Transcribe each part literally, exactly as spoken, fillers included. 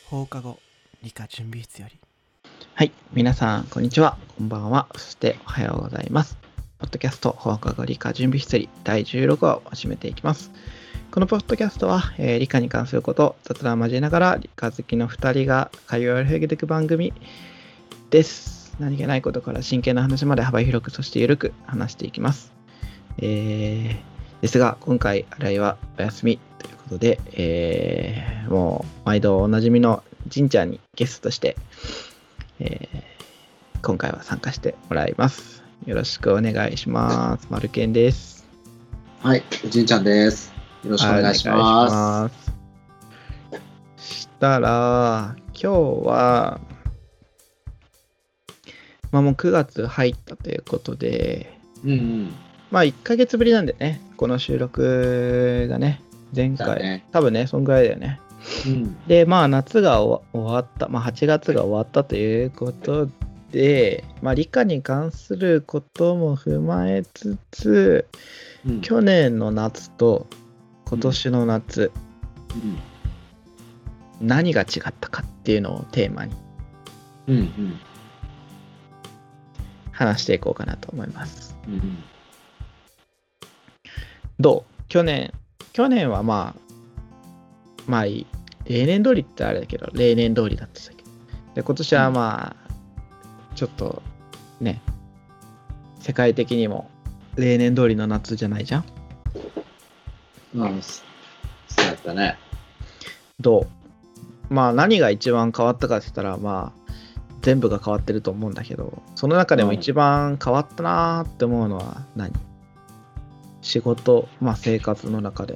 放課後理科準備室より。 はい、皆さんこんにちは、こんばんは、そしておはようございます。ポッドキャスト放課後理科準備室よりだいじゅうろくわを始めていきます。このポッドキャストは、えー、理科に関することを雑談を交えながら理科好きのふたりが会話を広げていく番組です。何気ないことから真剣な話まで幅広く、そしてゆるく話していきます。えー、ですが今回新井はお休みということで、えー、もう毎度おなじみのじんちゃんにゲストとして、えー、今回は参加してもらいます。よろしくお願いします。まるけんです。 はい、じんちゃんです。よろしくお願いします。 したら今日はまあもうくがつ入ったということで、 うんうん、 まあいっかげつぶりなんでね、この収録がね、前回、ね、多分ねそんぐらいだよね。うん、でまあ夏が終わった、まあ、はちがつが終わったということで、まあ、理科に関することも踏まえつつ、うん、去年の夏と今年の夏、うんうん、何が違ったかっていうのをテーマに話していこうかなと思います。うんうん、どう？去年去年はまあまあいい例年通りってあれだけど例年通りだったけど、で今年はまあ、うん、ちょっとね世界的にも例年通りの夏じゃないじゃん。 うん、そうやったね。 どう？まあ何が一番変わったかって言ったらまあ全部が変わってると思うんだけど、その中でも一番変わったなーって思うのは何？仕事、まあ生活の中で。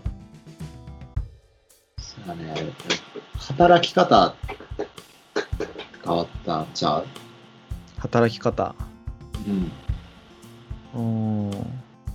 そうだね。働き方変わったんちゃう？ 働き方。 うん。お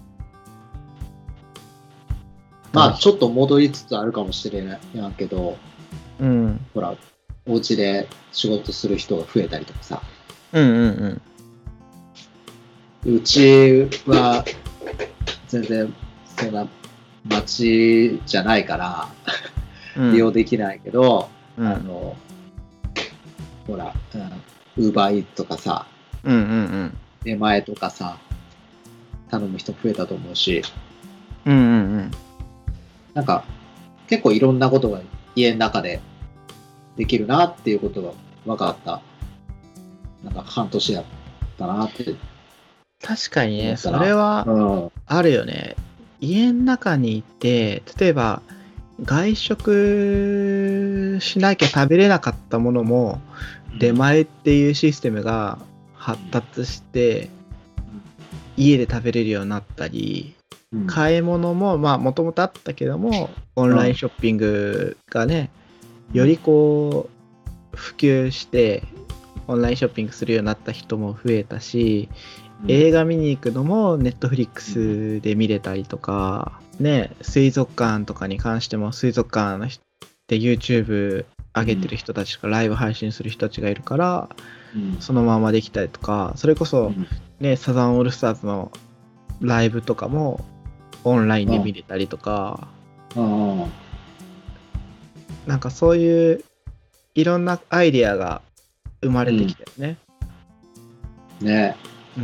まあちょっと戻りつつあるかもしれないやけど、うん。ほら、お家で仕事する人が増えたりとかさ。 うんうんうん。うちは全然そんな街じゃないから。利用できないけど、うん、あのほらウーバーイーツとかさ、うんうんうん、出前とかさ頼む人増えたと思うし、うんうんうん、なんか結構いろんなことが家の中でできるなっていうことが分かったなんか半年だったなって。 確かにね、それはあるよね、うん、家の中にいて例えば外食しなきゃ食べれなかったものも出前っていうシステムが発達して家で食べれるようになったり、買い物もまあもともとあったけどもオンラインショッピングがねよりこう普及してオンラインショッピングするようになった人も増えたし、映画見に行くのもネットフリックスで見れたりとかね、水族館とかに関しても水族館の人で YouTube 上げてる人たちとか、うん、ライブ配信する人たちがいるから、うん、そのままできたりとか、それこそ、ね、うん、サザンオールスターズのライブとかもオンラインで見れたりとか、うん、なんかそういういろんなアイデアが生まれてきたよね。 うん、ね。 うん、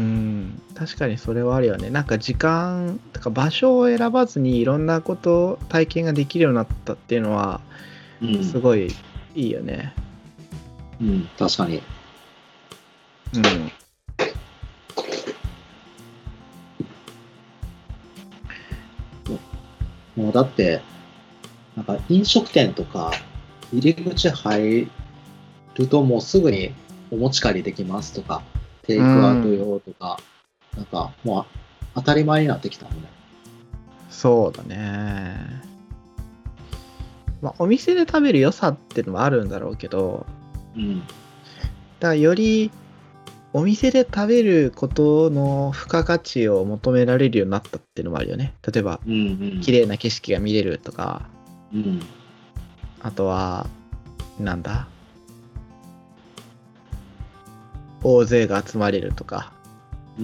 確かにそれはあるよね。なんか時間とか場所を選ばずにいろんなこと体験ができるようになったっていうのは、うん、すごいいいよね。 うん、確かに。うん。もうだってなんか飲食店とか入り口入るともうすぐにお持ち帰りできますとか。テイクアウト用とか、うん、なんかもう当たり前になってきたもんね。 そうだね。まあお店で食べる良さっていうのもあるんだろうけど、うん。だからよりお店で食べることの付加価値を求められるようになったっていうのもあるよね。例えば、うんうん、綺麗な景色が見れるとか、うん、あとはなんだ。大勢が集まれるとか、うん、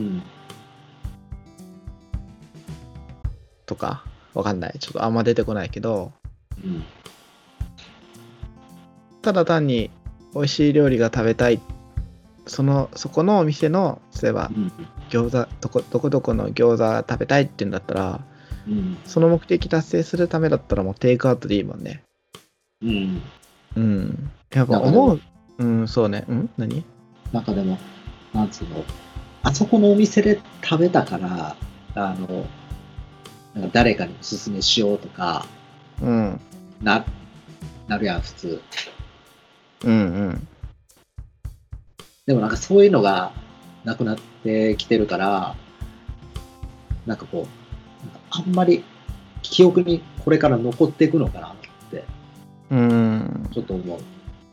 とかわかんない、ちょっとあんま出てこないけど、うん、 ただ単に美味しい料理が食べたい、そのそこのお店の例えばうん餃子どこどこどこの餃子食べたいって言うんだったら、 うんその目的達成するためだったらもうテイクアウトでいいもんね。 うんうん。やっぱ思う、うんそうね。うん何？ なんかでもなんつうの、あそこのお店で食べたからあのなんか誰かにおすすめしようとかうんななるやん普通。 うんうんでもなんかそういうのがなくなってきてるから、なんかこう、なんかあんまり記憶にこれから残っていくのかなってうんちょっと思う。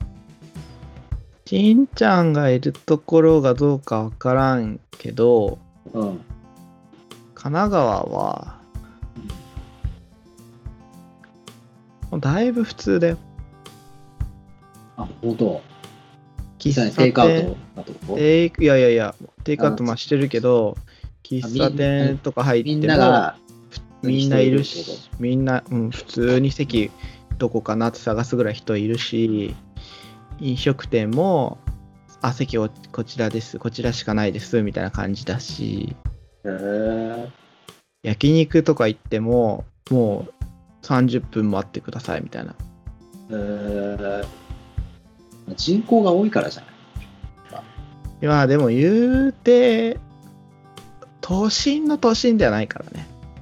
しんちゃんがいるところがどうかわからんけど、 うん。 神奈川はもうだいぶ普通だよ。 あ、本当。 喫茶実際にテイクアウ店トだとこテイクいやいやいやテイクアウトまあしてるけど、喫茶店とか入ってもみんながみんないるし一人いるってこ、 みんな、うん、普通に席どこかなって探すぐらい人いるし、飲食店もあ席をこちらですこちらしかないですみたいな感じだし、 へー焼肉とか行ってももうさんじゅっぷん待ってくださいみたいな。 へー人口が多いからじゃない。 いやでも言うて都心の都心ではないからね。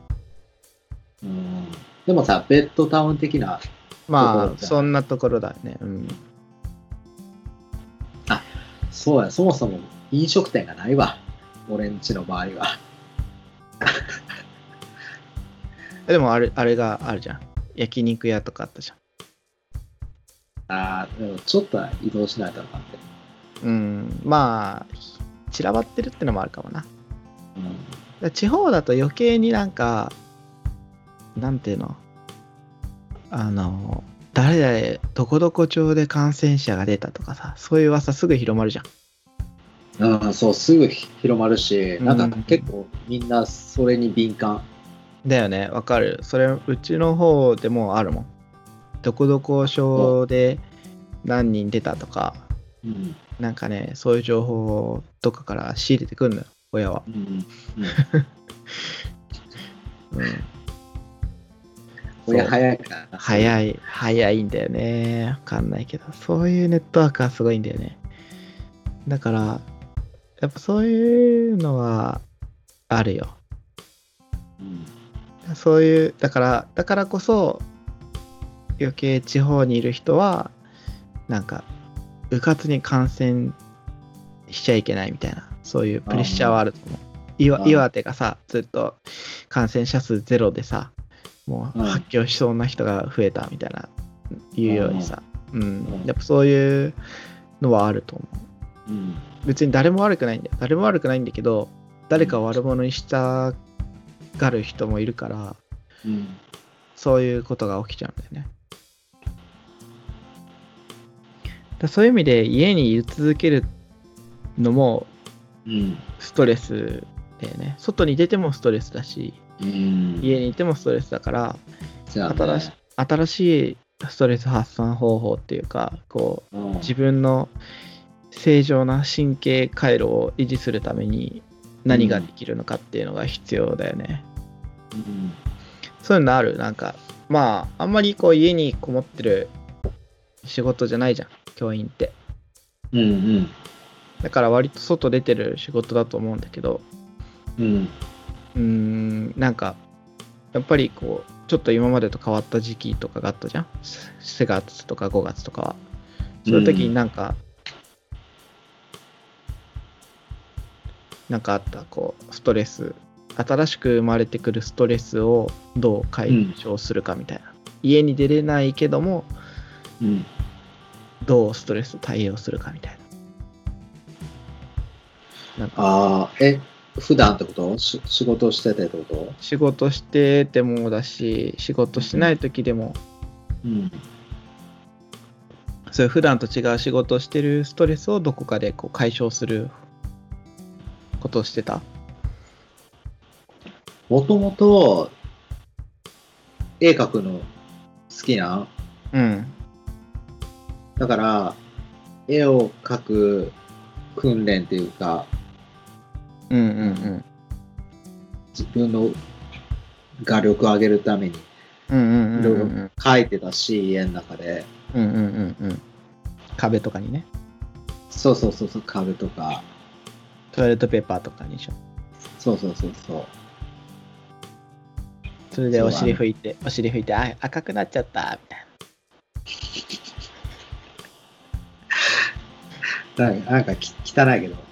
うんでもさ、ベッドタウン的な、 まところじゃんあそんなところだよね。うん。 そうや、そもそも飲食店がないわ。俺んちの場合は。 でもあれあれがあるじゃん。焼肉屋とかあったじゃん。 ああ、でもちょっとは移動しないとなって。 うん。まあ散らばってるってのもあるかもな。 うんだから地方だと余計になんかなんていうのあの誰々どこどこ町で感染者が出たとかさ、そういう噂すぐ広まるじゃん。 うん、そう、すぐ広まるし、なんかうん結構みんなそれに敏感。 だよね、わかる。それうちの方でもあるもん。どこどこ町で何人出たとか、 うん。 なんかね、そういう情報をどっかから仕入れてくるのよ、親は。 うん。うん、 うん、 親そう早いからな。 早い、早いんだよね。わかんないけど、そういうネットワークはすごいんだよね。だから、やっぱそういうのはあるよ。 うん。 そういう、だから、だからこそ、余計地方にいる人は、なんか、うかつに感染しちゃいけないみたいな、そういうプレッシャーはあると思う。岩あー岩手がさ、ずっと感染者数ゼロでさ、もううん発狂しそうな人が増えたみたいな、言うようにさ、うんうん、 やっぱそういうのはあると思う。 うん。 別に誰も悪くないんだよ。誰も悪くないんだけど、誰かを悪者にしたがる人もいるから、 うん。 そういうことが起きちゃうんだよね。だそういう意味で家に居続けるのもうん。 ストレスだよね。外に出てもストレスだし、 うん。 家にいてもストレスだから、 じゃあね新し新しいストレス発散方法っていうか、こううん自分の正常な神経回路を維持するために何ができるのかっていうのが必要だよね。 うん。 そういうのある？なんかまああんまりこう家にこもってる仕事じゃないじゃん、教員って。 うん。うん。 だから割と外出てる仕事だと思うんだけど、 うん。 うーんなんかやっぱりこうちょっと今までと変わった時期とかがあったじゃん。しがつとかごがつとかは。そういう時になんか、なんかあったこうストレス、新しく生まれてくるストレスをどう解消するかみたいな、家に出れないけどもうん。 どうストレス対応するかみたいな。なんかああ、え、普段ってことし仕事しててってこと仕事しててもだし、仕事してない時でも、 うん。 そういう普段と違う仕事をしてるストレスをどこかでこう解消することをしてた？ もともと、絵描くの好きなんうん。 だから、絵を描く訓練っていうか、 うんうんうん。 自分の画力を上げるために、 うんうんうんうん、 いろいろ描いてたし、家の中で。 うんうんうんうん。壁とかにね。 そうそうそうそう、壁とか。 トイレットペーパーとかにしょ。 そうそうそうそう。 それでお尻拭いて、お尻拭いて、あ、赤くなっちゃった、みたいな。なんか、なんかき汚いけど。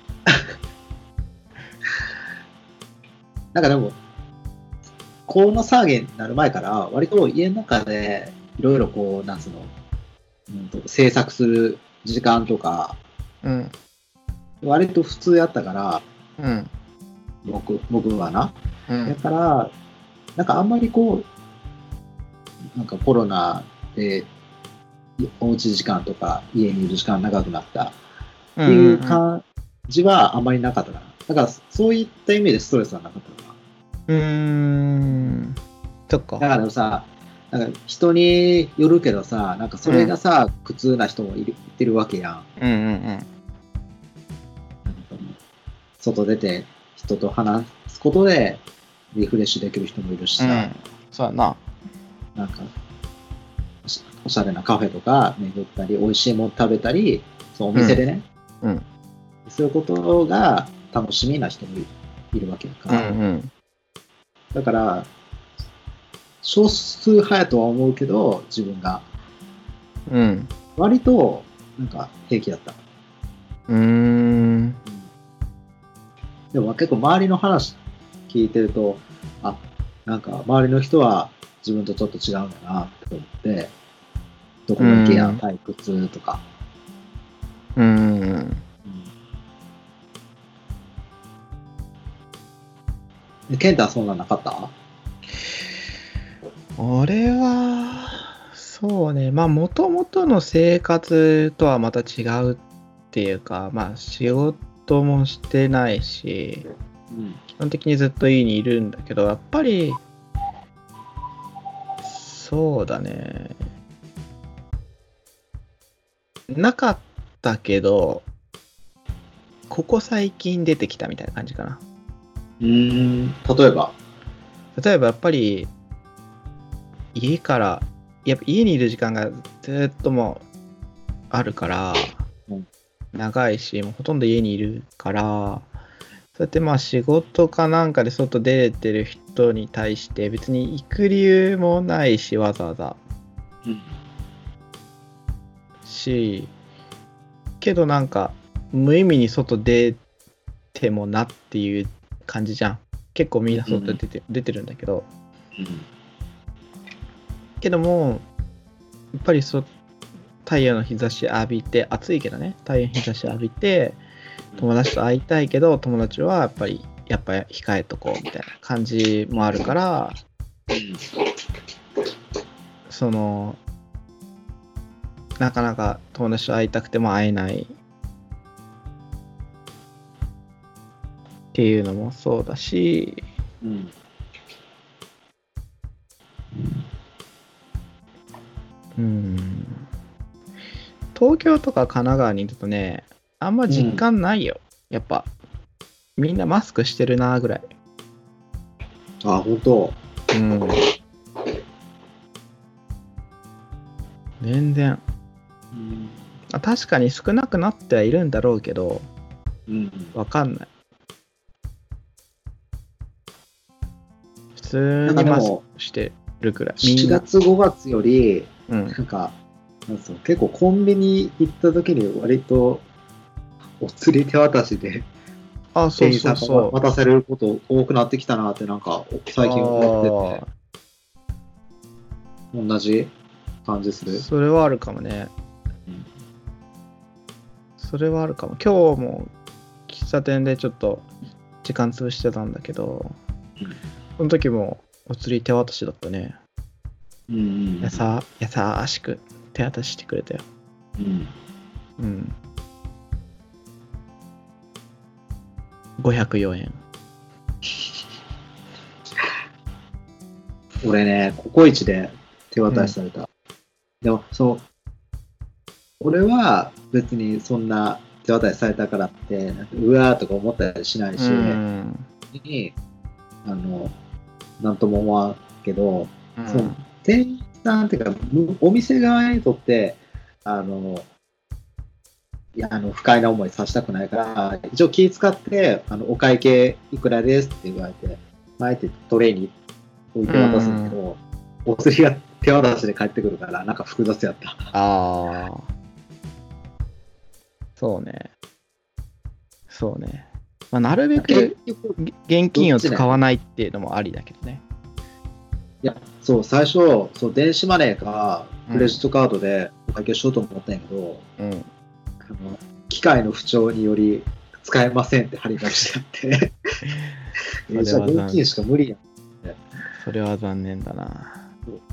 なんかでも、この騒ぎになる前から、割と家の中で、いろいろこう、なんつうの、うんと、制作する時間とか、 うん、 割と普通やったから、 うん、 僕、僕はな。 うん、 だから、なんかあんまりこう、なんかコロナで、おうち時間とか家にいる時間長くなったっていう感じはあんまりなかったかな。だからそういった意味でストレスはなかったかな。 うーん、そっか。 だからさ、なんか人によるけどさ、なんかそれがさ、うん、苦痛な人もいる、いてるわけやん。 うんうんうん。 外出て人と話すことでリフレッシュできる人もいるしさ。うん、 そうやな。 なんかおしゃれなカフェとか巡ったり、美味しいもの食べたり、そのお店でね、うんうん、そういうことが楽しみな人もいるわけだから、うんうん、だから少数派やとは思うけど、自分が、うん、割となんか平気だった。うーん。でも結構周りの話聞いてると、あ、なんか周りの人は自分とちょっと違うんだなと思って。どこも行けや、退屈とか。うーん。うん、ケンタはそんなんなかった？ 俺は、そうね、まあ、もともとの生活とはまた違うっていうか、まあ、仕事もしてないし、うん、基本的にずっと家にいるんだけど、やっぱり、そうだね。なかったけど、ここ最近出てきたみたいな感じかな。 うーん、例えば例えばやっぱり、家から、やっぱ家にいる時間がずっともうあるから、うん、長いし、もうほとんど家にいるから、そうやってまあ仕事かなんかで外出れてる人に対して別に行く理由もないし、わざわざ。うんし、けどなんか無意味に外出てもなっていう感じじゃん。結構みんな外出て、うん、出てるんだけど、うん、けどもやっぱりそ太陽の日差し浴びて、暑いけどね、太陽の日差し浴びて友達と会いたいけど、友達はやっぱりやっぱ控えとこうみたいな感じもあるから、うん、そのなかなか友達と会いたくても会えないっていうのもそうだし、うん、うん、東京とか神奈川にいるとね、あんま実感ないよ、うん、やっぱみんなマスクしてるなぐらい。 あ、本当。うん。 全然。うん、あ、確かに少なくなってはいるんだろうけど、うん、わかんない。普通にマスクしてるくらい。 しがつごがつより、うん、なんかなんそう結構コンビニ行った時に割とお釣り手渡しであ、そうそうそう渡せること多くなってきたなってなんか最近思ってて、同じ感じする。 それはあるかもね。うん、それはあるかも。今日も喫茶店でちょっと時間潰してたんだけど、うん、その時もお釣り手渡しだったね。うんうん、やさ優しく手渡ししてくれたよ。うん。うん。ごひゃくよえん。俺ね、ココイチで手渡しされた。うん、でも、そう、 俺は別にそんな手渡しされたからってなんかうわーとか思ったりしないし、 うんにあのなんとも思わんけど、 うんその店員さんっていうかむお店側にとってあのいやあの不快な思いさせたくないから一応気遣ってあのお会計いくらですって言われて前ってトレーに置いて渡すんだけど、お釣りが手渡しで返ってくるからなんか複雑やった。 ああそうねそうね、まあ、なるべく結局現金を使わないっていうのもありだけどね。 いやそう最初そう電子マネーかクレジットカードでお会計しようと思ったんやけど、 うん、 あの機械の不調により使えませんって張り出してあってえじゃあ現金しか無理やん。 それは残念だな。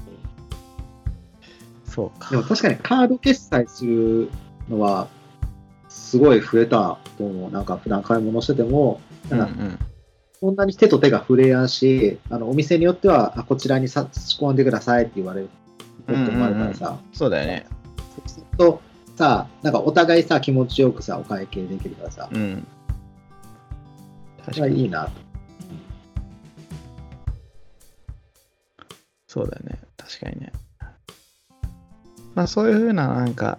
そうか。 でも確かにカード決済するのはすごい増えたと思う。なんか普段買い物しててもなんかそんなに手と手が触れやんし、あのお店によってはあこちらに差し込んでくださいって言われることもあるからさ、 うんうんうん、そうだよね。 そうするとさなんかお互いさ気持ちよくさお会計できるからさ、 うん、 確かにいいなと。 そうだよね、確かにね。まあそういう風ななんか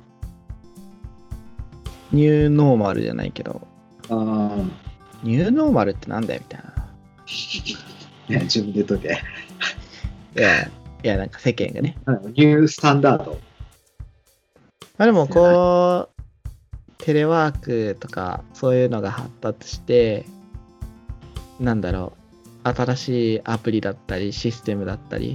ニューノーマルじゃないけど、 あニューノーマルってなんだよみたいな。 いや自分で言っといて。 いやいやなんか世間がね。 ニュースタンダード。 まあでもこうテレワークとかそういうのが発達して、なんだろう新しいアプリだったりシステムだったり。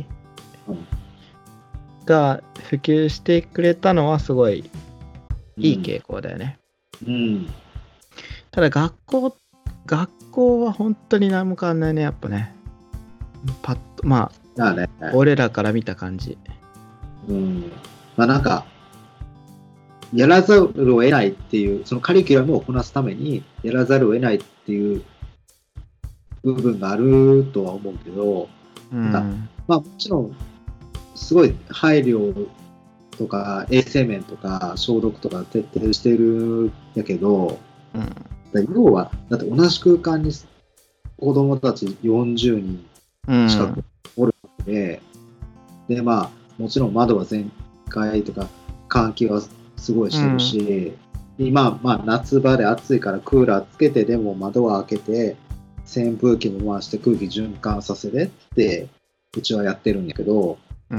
が普及してくれたのはすごいいい傾向だよね。 うん。うん、 ただ学校学校は本当に何も変わんないねやっぱね。パッとまあ、 あね、 俺らから見た感じ。 うん。まあなんかやらざるを得ないっていうそのカリキュラムをこなすためにやらざるを得ないっていう部分があるとは思うけど、 うん、 なんかまあもちろんすごい配慮とか衛生面とか消毒とか徹底してるんやけど、 うん、 だ要はだって同じ空間に子供たちよんじゅうにん近くおるわけで、うん、でまあもちろん窓は全開とか換気はすごいしてるし、うん、今まあ夏場で暑いからクーラーつけてでも窓は開けて扇風機も回して空気循環させてってうちはやってるんだけど、 うん、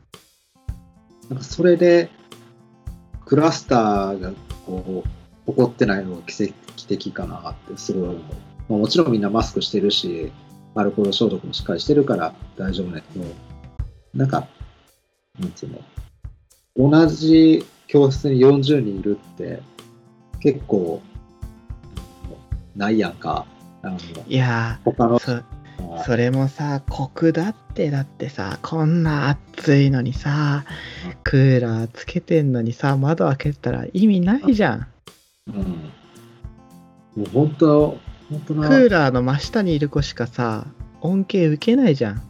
なんかそれでクラスターがこう起こってないのが奇跡的かなってすごい思う。まあ、もちろんみんなマスクしてるしアルコール消毒もしっかりしてるから大丈夫だけど、なんかなんつうの同じ教室によんじゅうにんいるって結構ないやんか。あのいや他のそ, それもさ酷だってだってさこんな暑いのにさクーラーつけてんのにさ窓開けたら意味ないじゃん。 うん、もう本当本当なクーラーの真下にいる子しかさ恩恵受けないじゃん。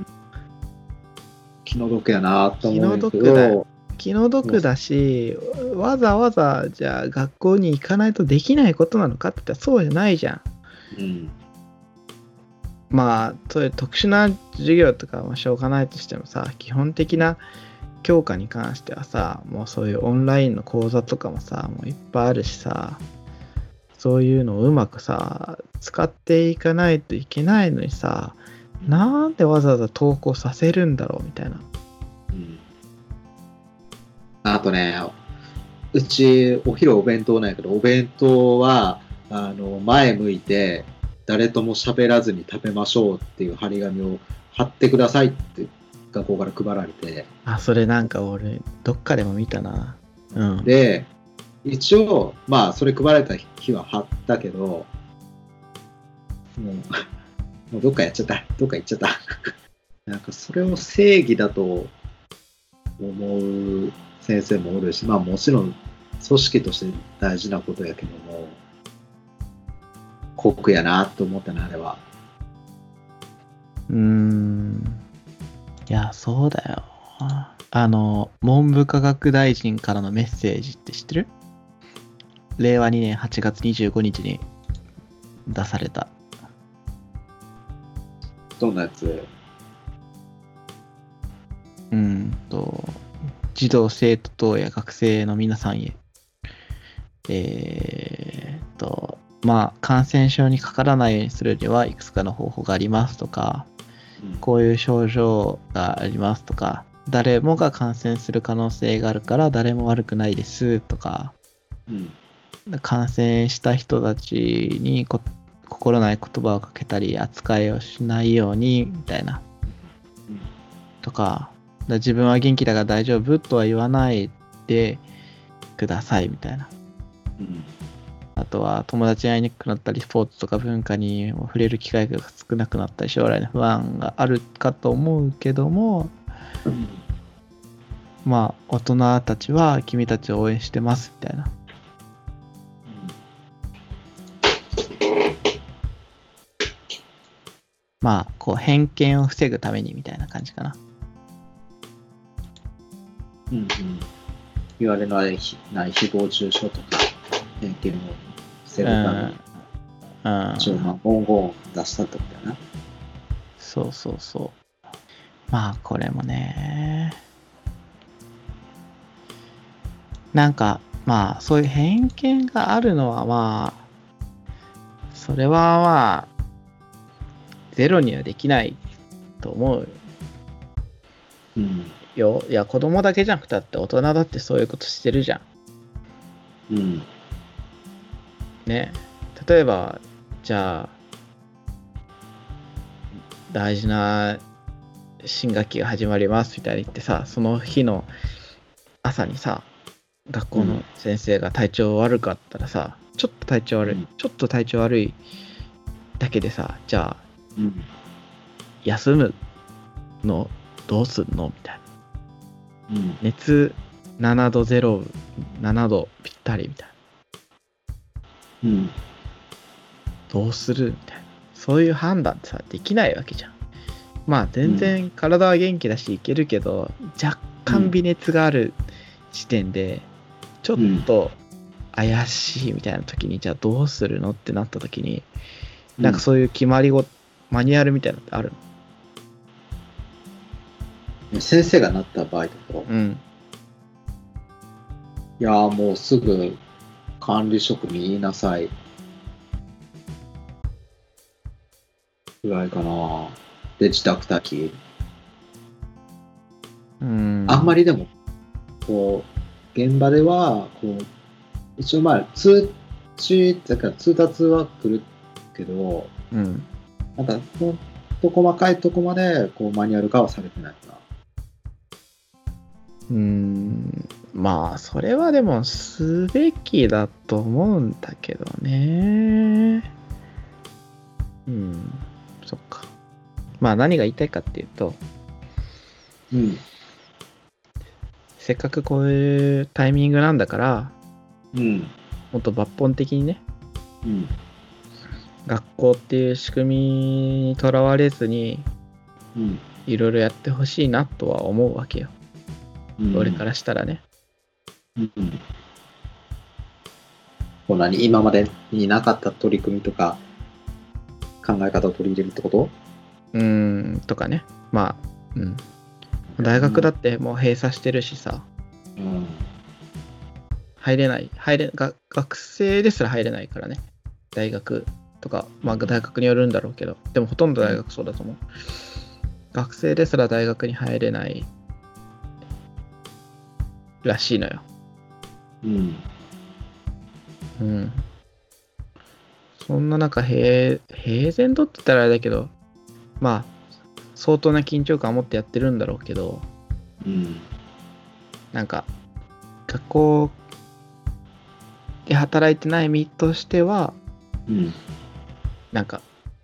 気の毒やなと思うんだけど、 気の毒だ気の毒だしわざわざじゃあ学校に行かないとできないことなのかって言ったらそうじゃないじゃん。 うん、 まあそういう特殊な授業とかはしょうがないとしてもさ基本的な教科に関してはさもうそういうオンラインの講座とかもさもういっぱいあるしさそういうのをうまくさ使っていかないといけないのにさなんでわざわざ登校させるんだろうみたいな、 うん、あとねうちお昼お弁当なんやけどお弁当はあの前向いて誰とも喋らずに食べましょうっていう張り紙を貼ってくださいって学校から配られて、 あそれなんか俺どっかでも見たな、うん、 で一応まあそれ配られた日は貼ったけどもう、もうどっかやっちゃったどっか行っちゃったなんかそれを正義だと思う先生もおるし、まあもちろん組織として大事なことやけども酷やなと思ったなあれは。 うーんいやそうだよあの、文部科学大臣からのメッセージって知ってる？れいわにねんはちがつにじゅうごにちに出された。 どんなやつ？ うんと、児童生徒等や学生の皆さんへ。えーっと、まあ、感染症にかからないようにするにはいくつかの方法がありますとか、 うんこういう症状がありますとか、誰もが感染する可能性があるから誰も悪くないですとか、 うん感染した人たちにこ心ない言葉をかけたり扱いをしないようにみたいなうんとか、だ自分は元気だから大丈夫とは言わないでくださいみたいな。 うんあとは友達に会いにくくなったり、スポーツとか文化にも触れる機会が少なくなったり、将来の不安があるかと思うけども、 うんまあ大人たちは君たちを応援してますみたいな。まあこう偏見を防ぐためにみたいな感じかな。 うんうん言われないない誹謗中傷とか偏見を防ぐためにうん、 一応まあ文言を出したってことだな。 そうそうそう。まあこれもね、なんかまあそういう偏見があるのはまあそれはまあゼロにはできないと思ううんよ。いや子供だけじゃなくたって大人だってそういうことしてるじゃんうんね。例えばじゃあ大事な新学期が始まりますみたいに言ってさ、その日の朝にさ学校の先生が体調悪かったらさ、ちょっと体調悪い、 うん、 ちょっと体調悪いだけでさ、じゃあうん休むのどうすんのみたいな。 うん熱ななどゼロ、ななどぴったりみたいな。 うんどうするみたいな。そういう判断ってさできないわけじゃん。まあ全然体は元気だしいけるけど、若干微熱がある時点でちょっと怪しいみたいな時に、じゃあどうするのってなった時に、なんかそういう決まりごマニュアルみたいなのってあるうん先生がなった場合だと、 の？うんいやーもうすぐ管理職に言いなさいぐらいかな。で自宅待機。 うんあんまりでもこう現場ではこう一応まあ通知だから通達は来るけど、 うんなんかほんと細かいとこまでこうマニュアル化はされてないかな。 うーんまあそれはでもすべきだと思うんだけどね。うんそっか。まあ何が言いたいかっていうと、 うんせっかくこういうタイミングなんだから、 うんもっと抜本的にね、 うん学校っていう仕組みにとらわれずにうんいろいろやってほしいなとは思うわけよ、 うん、 俺からしたらね。 うんうん、こう何今までになかった取り組みとか考え方を取り入れるってこと？ うーんとかね。まあうん大学だってもう閉鎖してるしさ、 うん入れない入れが学生ですら入れないからね、大学とか。まあ大学によるんだろうけど、でもほとんど大学そうだと思う。学生ですら大学に入れないらしいのよ。 うんうんそんな中平平然とって言ったらあれだけど、まあ相当な緊張感を持ってやってるんだろうけど、 うんなんか学校で働いてない身としては、 うんなんか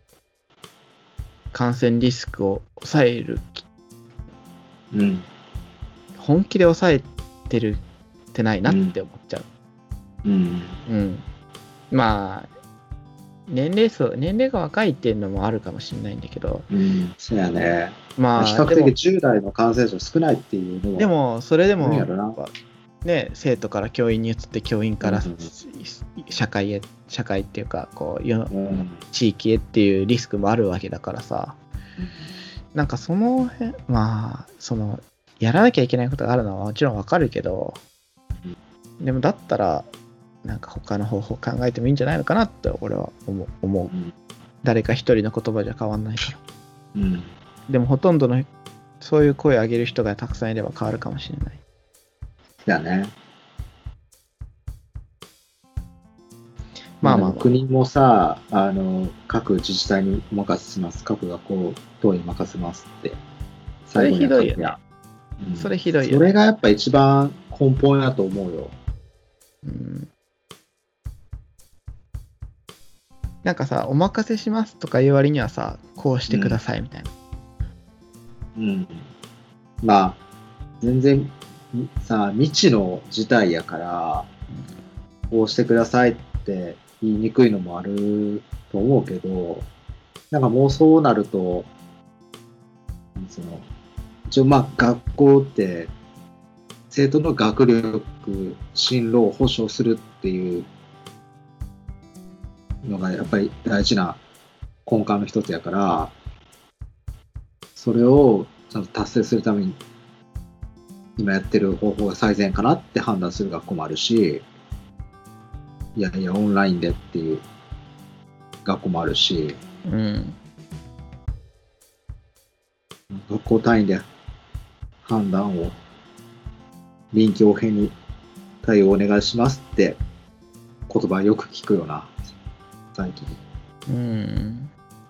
感染リスクを抑える、 うん本気で抑えてるってないなって思っちゃう。 うんうん、まあ年齢層、年齢が若いっていうのもあるかもしれないんだけど、 うん、そうやね。 まあ、 比較でも的じゅう代の感染者少ないっていうのは。 でも、それでも、 なんやろなね、生徒から教員に移って教員からうん社会へ、社会っていうかこう世うん地域へっていうリスクもあるわけだからさ、なんかその辺、まあそのやらなきゃいけないことがあるのはもちろんわかるけど、でもだったらなんか他の方法考えてもいいんじゃないのかなって俺は思う、思ううん誰か一人の言葉じゃ変わんないから。 うんでもほとんどのそういう声を上げる人がたくさんいれば変わるかもしれない。 だね。 まあまあ、まあ、 国もさ、あの各自治体にお任せします、各学校等に任せますって、 それひどいよね。 うん、 それひどいよね。 それがやっぱ一番根本やと思うよ。 うん、なんかさ、お任せしますとかいう割にはさ、こうしてくださいみたいな。 うん。うん、まあ、全然さ、未知の事態やから、こうしてくださいって言いにくいのもあると思うけど、なんかもうそうなると、その一応まあ学校って生徒の学力、進路を保障するっていうのがやっぱり大事な根幹の一つやから、それをちゃんと達成するために今やってる方法が最善かなって判断する学校もあるし、いやいやオンラインでっていう学校もあるし、 うん、 学校単位で判断を臨機応変に対応お願いしますって言葉よく聞くよな、最近。 うん。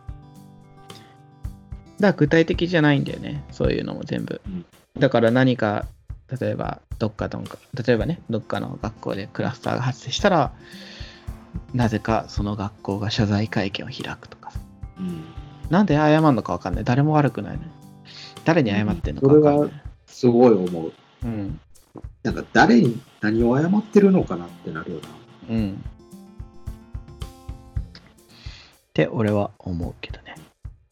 だから具体的じゃないんだよね、そういうのも全部。 うん、 だから何か、例えばどっかどっか、例えばね、どっかの学校でクラスターが発生したら、なぜかその学校が謝罪会見を開くとか、 うん、 なんで謝るのか分かんない。誰も悪くないのに。誰に謝ってんのか分かんない。 それはすごい思う。 うん。 なんか誰に何を謝ってるのかなってなるよな。 うん。って俺は思うけどね。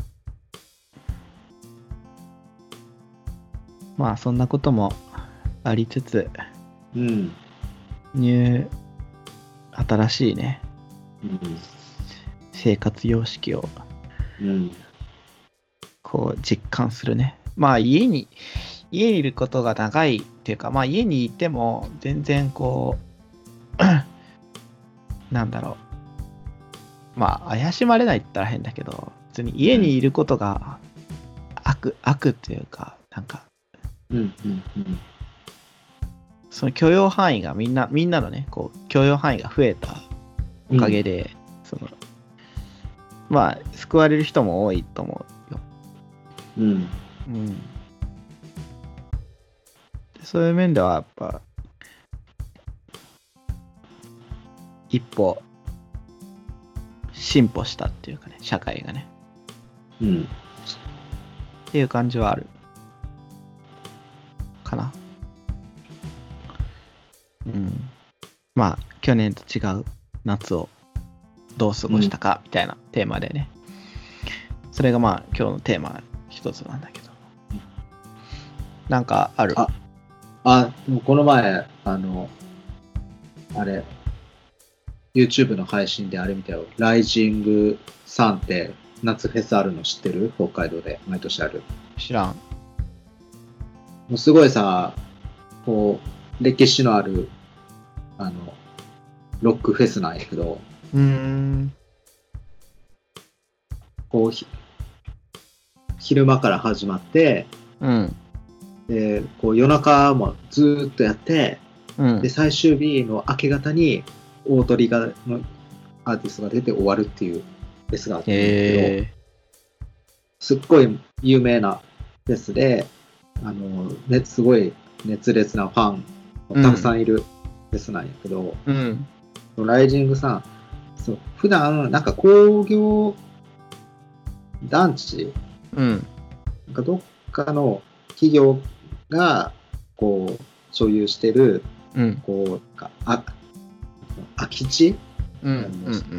まあそんなこともありつつ、 うん。 ニュー新しいね、 うん、 生活様式をうんこう実感するね。まあ家に家にいることが長いっていうか、まあ家にいても全然こうなんだろう、まあ怪しまれないって言ったら変だけど、別に家にいることが悪悪っていうか、なんか、 うんうんうんその許容範囲がみんなみんなのね、こう許容範囲が増えたおかげで、うん、そのまあ救われる人も多いと思うよ。 うん。 うん。そういう面ではやっぱ一歩進歩したっていうかね、社会がね。 うん。 っていう感じはあるかな。うん。まあ去年と違う夏をどう過ごしたかみたいなテーマでね。それがまあ今日のテーマ一つなんだけど。なんかある？ あ、あ、でもこの前、あの、あれ、YouTube の配信であれ見たよ。ライジングさんって夏フェスあるの知ってる？北海道で毎年ある。 知らん。 もうすごいさ、こう、歴史のある、あの、ロックフェスなんやけど、 うーん。 こう、ひ昼間から始まって、 うん。 で、こう夜中もずーっとやって、 うん。 で、最終日の明け方に大鳥がのアーティストが出て終わるっていうフェスがあってるんだけど、 へすっごい有名なフェスで、あの、ね、すごい熱烈なファンがたくさんいるフェスなんやけど、 ー。うん。 ライジングさん、そう普段なんか工業団地、 うん。 なんかどっかの企業がこう所有してる、 うん。 こうあ空き地、 うん。うん。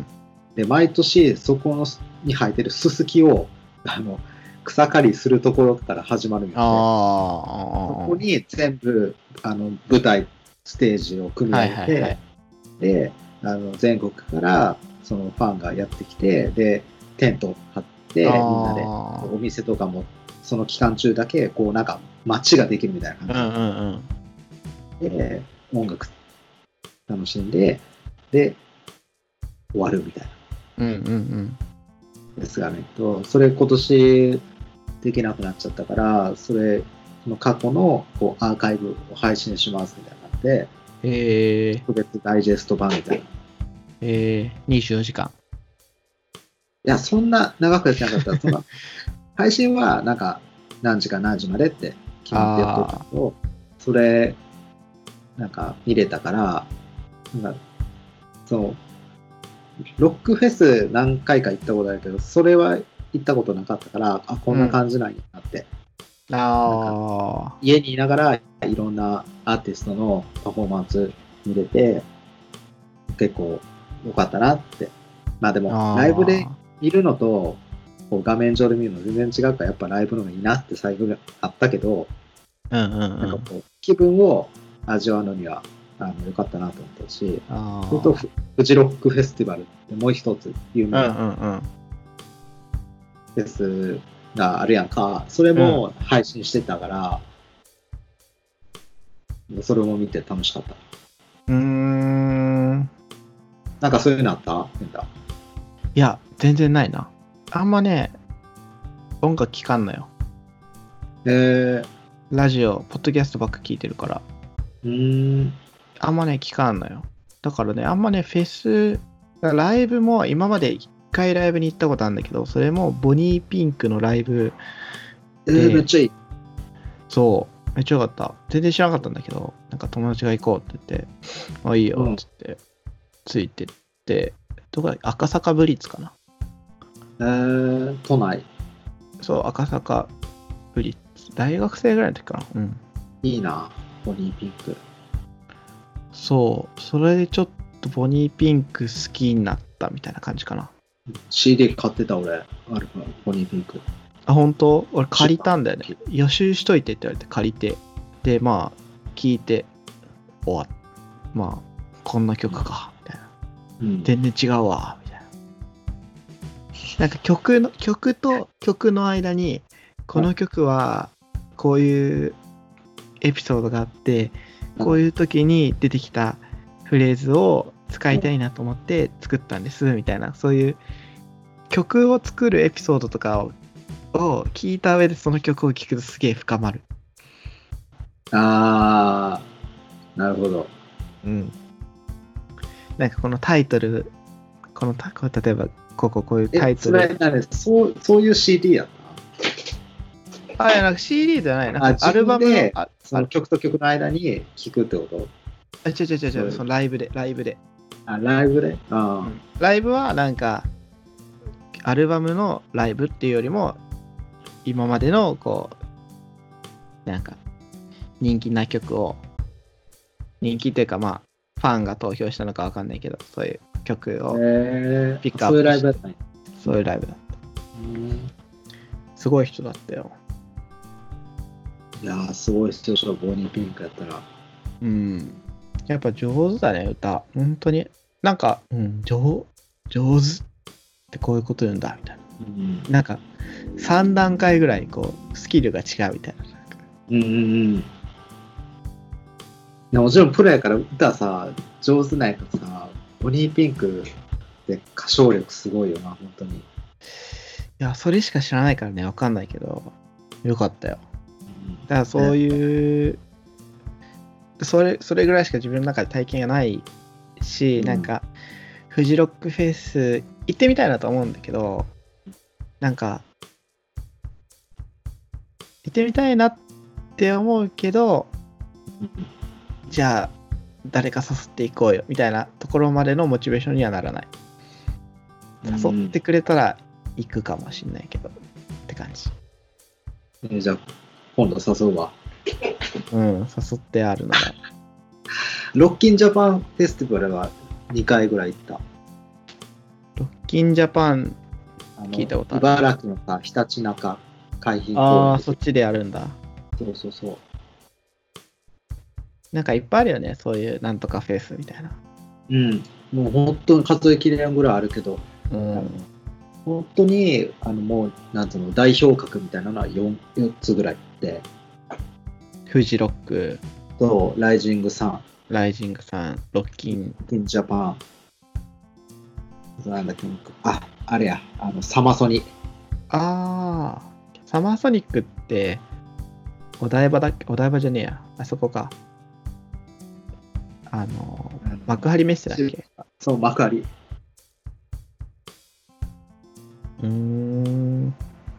で、毎年そこのに生えてるススキをあの草刈りするところから始まるんですね。そこに全部あの舞台ステージを組み上げて、はいはいはい、であの全国からそのファンがやってきて、でテントを張ってみんなでお店とかもその期間中だけこうなんか街ができるみたいな感じ、うんうんうん、で音楽楽しんでで終わるみたいな、うんうんうんですがね、とそれ今年できなくなっちゃったから、それその過去のこうアーカイブを配信しますみたいになって、えー、特別ダイジェスト版みたいな。 えー、にじゅうよじかん。 いや、そんな長くやってなかったら、その配信はなんか何時か何時までって決まってやってたけど、それなんか見れたから、なんかそうロックフェス何回か行ったことあるけど、それは行ったことなかったから、あ、こんな感じなんやなって。うん、あ家にいながらいろんなアーティストのパフォーマンス見れて、結構良かったなって。まあでも、ライブで見るのと、こう画面上で見るの全然違うから、やっぱライブの方がいいなって最後があったけど、うんうんうん、なんかこう気分を味わうのには、あの良かったなと思ったし、それとフジロックフェスティバルってもう一つ有名なフェスがあるやんか、それも配信してたから、うん、それも見て楽しかった。うーん。なんかそういうのあった？ いや、全然ないな。あんまね、音楽聴かんのよ。えー、ラジオ、ポッドキャストばっか聞いてるから。うーん。あんまね、聞かんのよ。だからね、あんまね、フェス、ライブも今まで一回ライブに行ったことあるんだけど、それもボニーピンクのライブで、えー、めっちゃいい。 そう、めっちゃよかった。全然知らなかったんだけど、なんか友達が行こうって言って、あ、いいよって言って、ついてって、どこだっけ、赤坂ブリッツかな。 えー、都内。 そう、赤坂ブリッツ。大学生ぐらいの時かな。うん。 いいな、ボニーピンク。 そう、それでちょっとボニーピンク好きになったみたいな感じかな。 シーディー 買ってた俺、あるから、ボニーピンク。 あ、本当？俺借りたんだよね。予習しといてって言われて借りて。で、まあ、聞いて、終わっまあ、こんな曲か、みたいな。うん、全然違うわ、みたいな。なんか曲の、曲と曲の間に、この曲は、こういうエピソードがあって、こういう時に出てきたフレーズを使いたいなと思って作ったんですみたいな、そういう曲を作るエピソードとかを、を聞いた上でその曲を聴くとすげえ深まる。 あー、なるほど。 うん。なんかこのタイトル、このた例えばこここういうタイトル。 え、それ、そうそういう シーディー やった？ あ、いや、なんか シーディー じゃない。なんかアルバムでその曲と曲の間に聴くってこと？ あ、違う違う違う、そのライブで、ライブで。 あ、ライブで？あ、うん、 ライブはなんか、アルバムのライブっていうよりも、今までのこう、なんか、人気な曲を、人気っていうかまあ、ファンが投票したのかわかんないけど、そういう曲をピックアップして、そういうライブだったね。そういうライブだった。うん、すごい人だったよ。 いやー、すごい人でしょ、ボニーピンクやったら。 うん。やっぱ上手だね、歌。本当に。なんか、うん、上、上手ってこういうこと言うんだ、みたいな。うん、なんか、さん段階ぐらい、こう、スキルが違うみたいな。 うんうんうん。もちろんプロやから歌さ、上手ないからさ、ボニーピンクって歌唱力すごいよな、本当に。いや、それしか知らないからね、わかんないけど、よかったよ。だからそういう、ね、それそれぐらいしか自分の中で体験がないし、うん、なんかフジロックフェス行ってみたいなと思うんだけど、なんか行ってみたいなって思うけど、じゃあ誰か誘っていこうよみたいなところまでのモチベーションにはならない。誘ってくれたら行くかもしんないけどって感じ。 えー、じゃあ今度誘うわ。 うん、誘ってあるのが。 ロッキンジャパンフェスティバルはにかいぐらい行った。 ロッキンジャパンあの聞いたことある。 茨城のさ、ひたちなか海浜公園。 ああ、そっちでやるんだ。 そうそうそう。 なんかいっぱいあるよね、そういうなんとかフェスみたいな。 うん。もう本当に数えきれんぐらいあるけど、 うん。 本当に、あの、もう、なんていうの、代表格みたいなのは 4, 4つぐらいあって、 フジロック、 と、ライジングサン、 ライジングさん、ロッキン、 キンジャパン、なんだっけ、あ、あれや、あの、サマソニ。 ああ、サマーソニックってお台場だっけ？お台場じゃねえや、あそこか。あの幕張メッセだっけ？ そう、幕張。 うーん、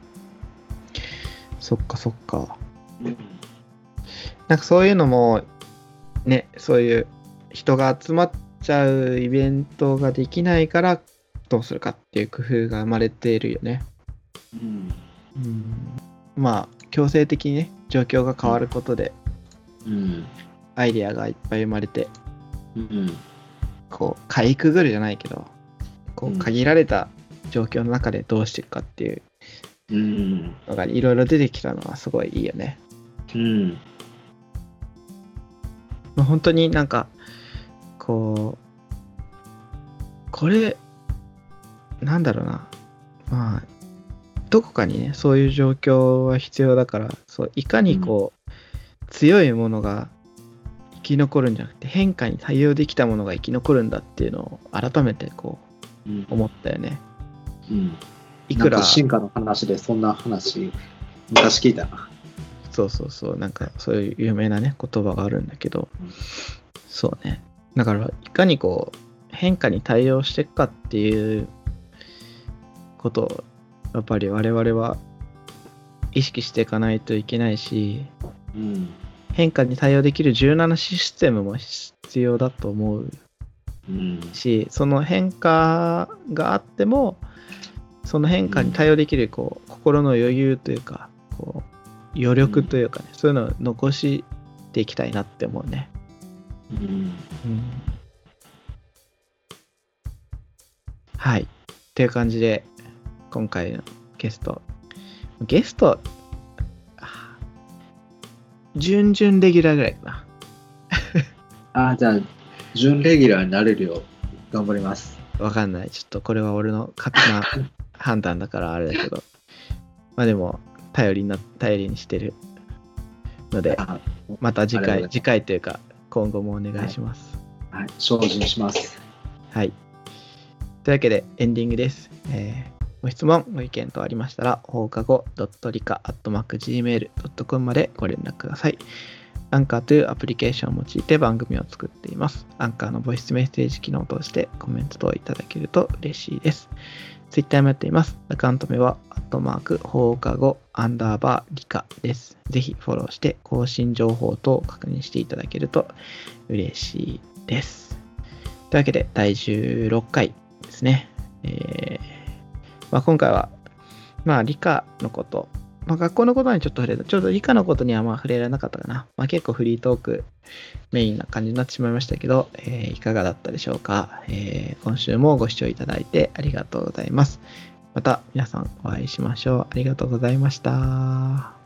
そっかそっか。 うん、 なんかそういうのもね、そういう人が集まっちゃうイベントができないからどうするかっていう工夫が生まれているよね。 うん、 うん、まあ強制的にね、状況が変わることで、 うん、 アイデアがいっぱい生まれて、 うん、 こうかいくぐるじゃないけど、こう限られた状況の中でどうしていくかっていうのがいろいろ出てきたのはすごいいいよね。 うん、 まあ、本当になんかこうこれなんだろうな、まあどこかにねそういう状況は必要だから、そういかにこう、うん、強いものが生き残るんじゃなくて変化に対応できたものが生き残るんだっていうのを改めてこう、うん、思ったよね。 うん、 いくらなんか進化の話でそんな話昔聞いたな。 そうそうそう、なんかそういう有名なね言葉があるんだけど、うん、そうね、だからいかにこう変化に対応していくかっていうことをやっぱり我々は意識していかないといけないし、うん、変化に対応できる柔軟なシステムも必要だと思う、うん、し、その変化があってもその変化に対応できるこう、うん、心の余裕というかこう余力というかね、うん、そういうのを残していきたいなって思うね。うんうん、はい。っていう感じで今回のゲストゲスト準々レギュラーぐらいかな。 ああ、じゃあ準レギュラーになれるよう頑張ります。 わかんない。ちょっとこれは俺の勝手な判断だからあれだけど、まあでも頼りな頼りにしてるので、また次回次回というか今後もお願いします。 はい、はい、精進します。 はい。というわけでエンディングです。えー、ご質問ご意見とありましたら放課後 .理科 アットマーク ジーメール ドットコム までご連絡ください。アンカーというアプリケーションを用いて番組を作っています。アンカーのボイスメッセージ機能を通してコメント等いただけると嬉しいです。ツイッターもやっています。アカウント名はアットマーク放課後アンダーバー理科です。ぜひフォローして更新情報等を確認していただけると嬉しいです。というわけでだいじゅうろっかいですね。えーまあ、今回はまあ理科のこと、まあ、学校のことにちょっと触れた。ちょっと理科のことにはまあ触れられなかったかな。まあ、結構フリートークメインな感じになってしまいましたけど、えー、いかがだったでしょうか、えー。今週もご視聴いただいてありがとうございます。また皆さんお会いしましょう。ありがとうございました。